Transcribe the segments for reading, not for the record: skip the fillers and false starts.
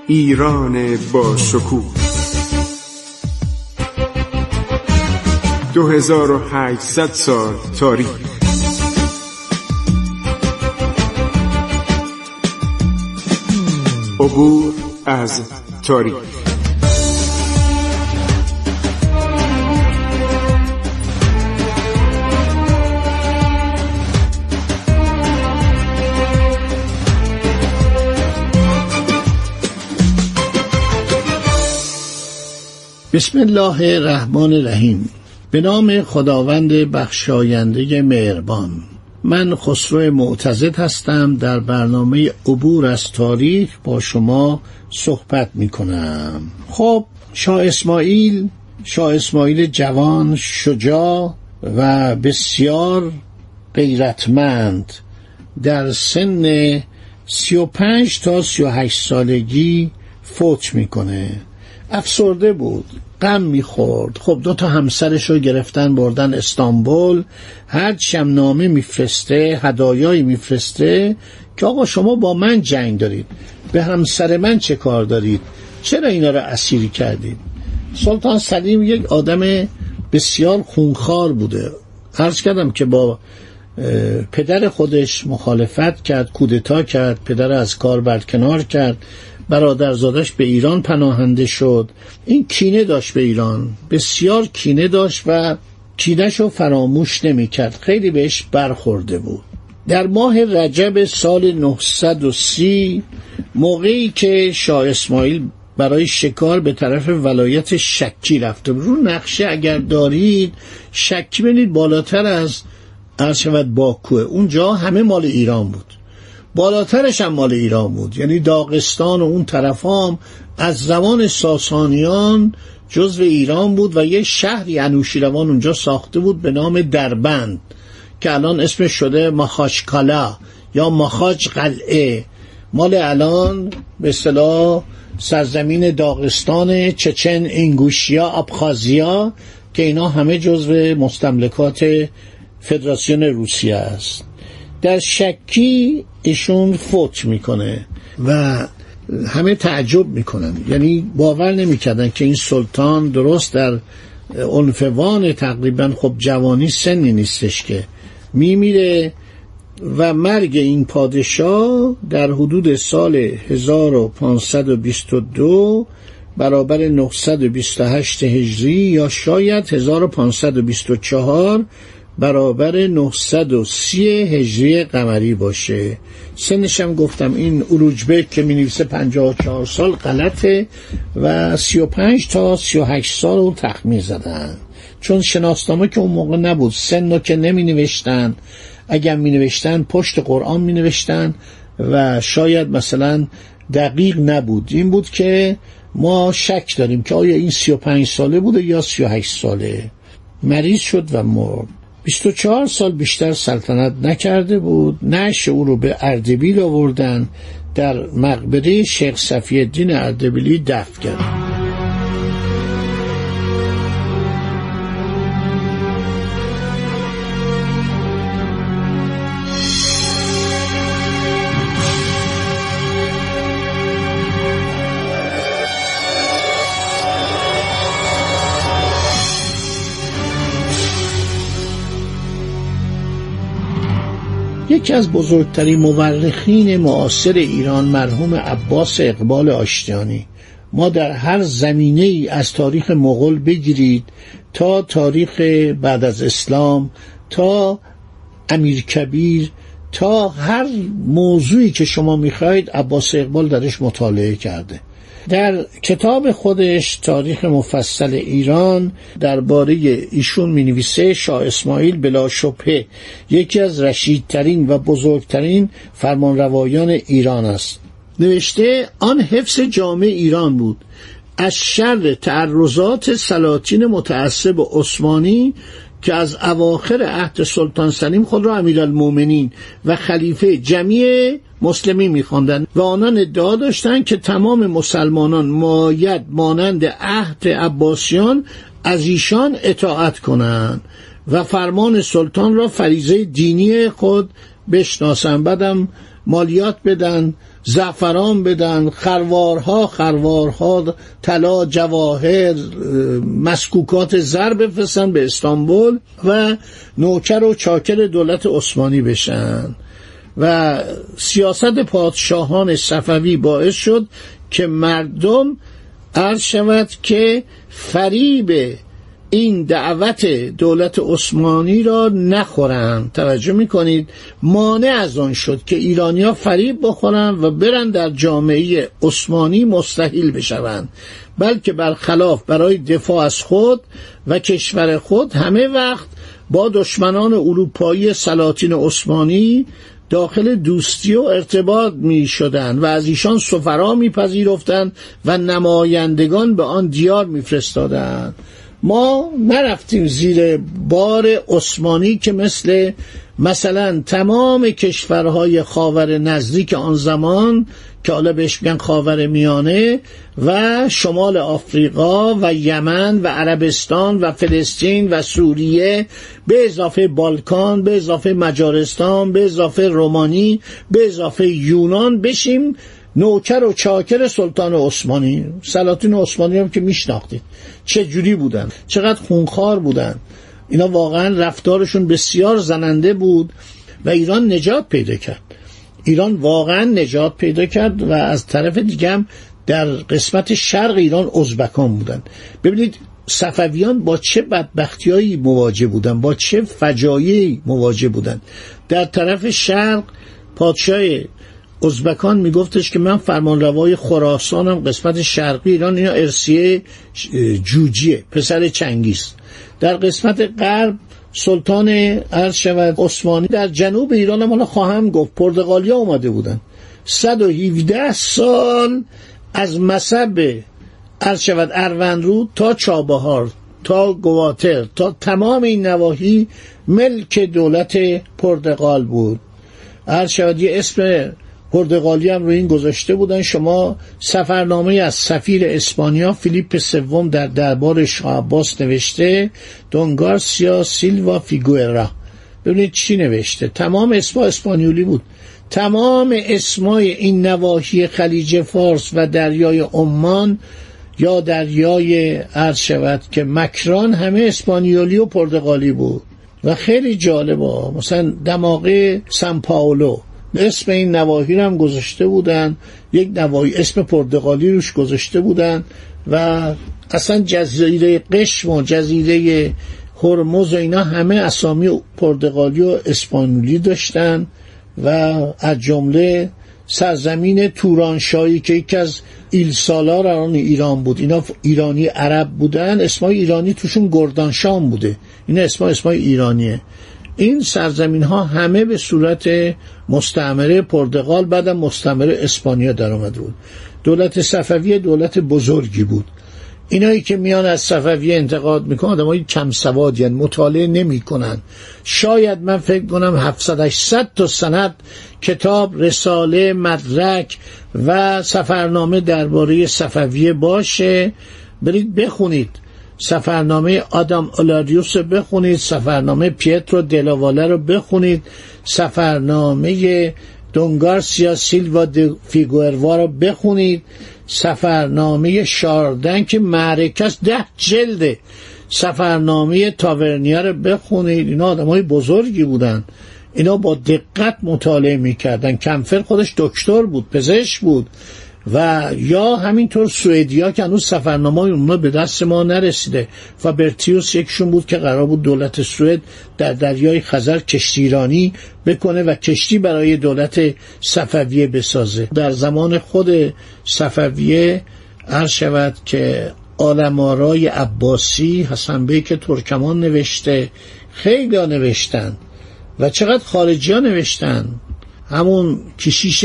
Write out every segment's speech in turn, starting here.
ایران با شکوه 2800 سال تاریخ. عبور از تاریخ. بسم الله الرحمن الرحیم. به نام خداوند بخشاینده مهربان. من خسرو معتضد هستم. در برنامه عبور از تاریخ با شما صحبت می کنم. خب شاه اسماعیل جوان، شجاع و بسیار غیرتمند در سن 35 تا 38 سالگی فوت میکنه. افسرده بود، غم میخورد. خب 2 همسرش رو گرفتن بردن استانبول. هر چم نامه میفرسته، هدایایی میفرسته که آقا شما با من جنگ دارید، به همسر من چه کار دارید، چرا اینا رو اسیر کردید؟ سلطان سلیم یک آدم بسیار خونخوار بوده. عرض کردم که با پدر خودش مخالفت کرد، کودتا کرد، پدر از کار برکنار کرد، برادرزادش به ایران پناهنده شد. این کینه داشت به ایران، بسیار کینه داشت و کینه‌شو فراموش نمی‌کرد. خیلی بهش برخورده بود. در ماه رجب سال 930 موقعی که شاه اسماعیل برای شکار به طرف ولایت شکی رفته، رو نقشه اگر دارید شکی ببینید بالاتر از عرشبت باکوه، اونجا همه مال ایران بود، بالاترش هم مال ایران بود. یعنی داغستان و اون طرف هم از زمان ساسانیان جزو ایران بود و یه شهری انوشیروان اونجا ساخته بود به نام دربند که الان اسمش شده مخاچکالا یا مخاچ قلعه. مال الان به اصطلاح سرزمین داغستان، چچن، انگوشیا، ابخازیا که اینا همه جزو مستملکات فدراسیون روسیه است. در شکی ایشون فوت میکنه و همه تعجب میکنن، یعنی باور نمیکردن که این سلطان درست در عنفوان تقریبا خب جوانی سنی نیستش که میمیره. و مرگ این پادشاه در حدود سال 1522 برابر 928 هجری یا شاید 1524 برابر 930 هجری قمری باشه. سنش هم گفتم این اروجبک که می نویسه 54 سال غلطه و 35 تا 38 سال رو تخمین زدن، چون شناسنامه که اون موقع نبود، سن رو که نمی نوشتن، اگر می نوشتن پشت قرآن می نوشتن و شاید مثلا دقیق نبود. این بود که ما شک داریم که آیا این 35 ساله بوده یا 38 ساله. مریض شد و مرد. 24 سال بیشتر سلطنت نکرده بود. نعش او رو به اردبیل آوردن، در مقبره شیخ صفی الدین اردبیلی دفن کردن. یکی از بزرگترین مورخین معاصر ایران مرحوم عباس اقبال آشتیانی، ما در هر زمینه ای از تاریخ مغول بگیرید تا تاریخ بعد از اسلام، تا امیرکبیر، تا هر موضوعی که شما میخواید عباس اقبال درش مطالعه کرده. در کتاب خودش تاریخ مفصل ایران درباره ایشون می‌نویسه شاه اسماعیل بلا شبهه یکی از رشیدترین و بزرگترین فرمانروایان ایران است. نوشته آن حفظ جامع ایران بود از شر تعرضات سلاطین متعصب عثمانی که از اواخر عهد سلطان سلیم خود را امیرالمومنین و خلیفه جمیع مسلمین می‌خواندند و آنان ادعا داشتند که تمام مسلمانان باید مانند عهد عباسیان از ایشان اطاعت کنند و فرمان سلطان را فریضه دینی خود بشناسند، بعدم مالیات بدن، زعفران بدن، خروارها طلا، جواهر، مسکوکات زر بفرستن به استانبول و نوکر و چاکر دولت عثمانی بشن. و سیاست پادشاهان صفوی باعث شد که مردم عرض شود که فریب این دعوت دولت عثمانی را نخورند. توجه میکنید، مانع از آن شد که ایرانی‌ها فریب بخورن و برن در جامعه عثمانی مستحیل بشوند، بلکه برخلاف برای دفاع از خود و کشور خود همه وقت با دشمنان اروپایی سلاطین عثمانی داخل دوستی و ارتباط می شدن و از ایشان سفرا می پذیرفتند و نمایندگان به آن دیار می فرستادند. ما نرفتیم زیر بار عثمانی که مثلا تمام کشورهای خاور نزدیک آن زمان که حالا بهش میگن خاور میانه و شمال آفریقا و یمن و عربستان و فلسطین و سوریه به اضافه بالکان، به اضافه مجارستان، به اضافه رومانی، به اضافه یونان بشیم نوکر و چاکر سلطان عثمانی. سلاطین عثمانی هم که میشناختید چه جوری بودن، چقدر خونخوار بودن. اینا واقعا رفتارشون بسیار زننده بود و ایران نجات پیدا کرد. ایران واقعا نجات پیدا کرد و از طرف دیگه هم در قسمت شرق ایران ازبکان بودن. ببینید صفویان با چه بدبختیایی مواجه بودن، با چه فجایعی مواجه بودن. در طرف شرق پادشاه ازبکان میگفتش که من فرمانروای خراسانم، قسمت شرقی ایران. اینا ارسیه جوجیه، پسر چنگیز. در قسمت غرب سلطان عرض شود عثمانی. در جنوب ایران هم حالا خواهم گفت پرتغالیا اومده بودن. 117 سال از مصب عرض شود اروندرود تا چابهار تا گواتر تا تمام این نواحی ملک دولت پرتغال بود. عرض شود یه اسم پرتغالی هم روی این گذاشته بودن. شما سفرنامه از سفیر اسپانیا فیلیپ سوم در دربار شاه عباس نوشته دون گارسیا سیلوا فیگوئرا. ببینید چی نوشته. تمام اسما اسپانیولی بود. تمام اسمای این نواحی خلیج فارس و دریای عمان یا دریای عرض شود که مکران همه اسپانیولی و پرتغالی بود. و خیلی جالبه، مثلا دماغه سان پائولو اسم این نواحی رو هم گذاشته بودن، یک نواحی اسم پرتغالی روش گذاشته بودن. و اصلا جزیره قشم و جزیره هرمز و اینا همه اسامی پرتغالی و اسپانیولی داشتن. و از جمله سرزمین تورانشاهی که یکی از ایلسالار ایران بود، اینا ایرانی عرب بودن، اسمای ایرانی توشون گردانشام بوده. این اسمای ایرانیه. این سرزمین ها همه به صورت مستعمره پرتغال بعدم مستعمره اسپانیا در آمده بود. دولت صفوی دولت بزرگی بود. اینایی که میان از صفوی انتقاد میکنن آدمای کم سواد، یعنی مطالعه نمیکنن. شاید من فکر کنم 700-800 تا سند کتاب، رساله، مدرک و سفرنامه درباره صفویه باشه. برید بخونید. سفرنامه آدام اولاریوس رو بخونید، سفرنامه پیترو دلاواله رو بخونید، سفرنامه دون گارسیا سیلوا د فیگوئرا رو بخونید، سفرنامه شاردن که معرکه‌اش 10 جلده، سفرنامه تاورنیا رو بخونید. اینا آدمای بزرگی بودن. اینا با دقت مطالعه میکردن. کمفر خودش دکتر بود، پزشک بود. و یا همینطور سوئدیا که هنوز سفرنامه اونا به دست ما نرسیده. فابرتیوس یکشون بود که قرار بود دولت سوئد در دریای خزر کشتیرانی بکنه و کشتی برای دولت صفویه بسازه. در زمان خود صفویه عرض شود که عالم‌آرای عباسی، حسن بیک ترکمان نوشته، خیلی ها نوشتن و چقدر خارجی ها نوشتن. همون کشیش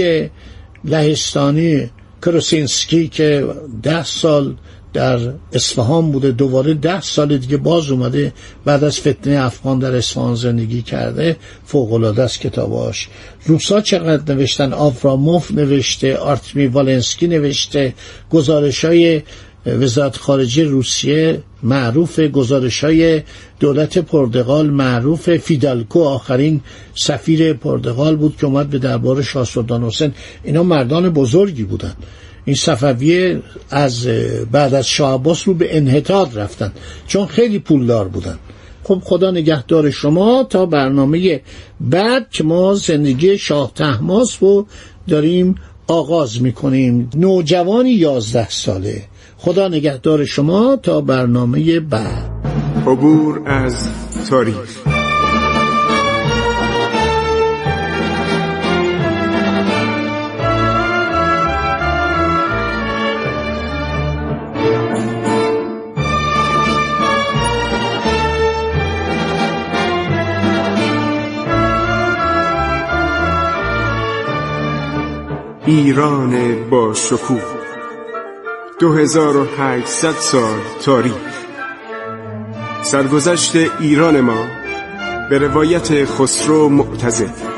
لهستانی کروسینسکی که 10 سال در اصفهان بوده، دوباره 10 سال دیگه باز اومده بعد از فتنه افغان در اصفهان زندگی کرده. فوق‌العاده است کتاباش. روسا چقدر نوشتن. آفراموف نوشته، آرتمی والنسکی نوشته، گزارش‌های وزارت خارجه روسیه معروف، گزارش‌های دولت پرتغال معروف. فیدالکو آخرین سفیر پرتغال بود که اومد به دربار شاه سلطان حسین. اینا مردان بزرگی بودن. این صفویه از بعد از شاه عباس رو به انحطاط رفتن چون خیلی پولدار بودن. خب خدا نگهدار شما تا برنامه بعد که ما زندگی شاه طهماسپ رو داریم آغاز میکنیم. نوجوانی 11 ساله. خدا نگهدار شما تا برنامه بعد. عبور از تاریخ. ایران با شکوه، 2800 سال تاریخ. سرگذشت ایران ما به روایت خسرو معتضد.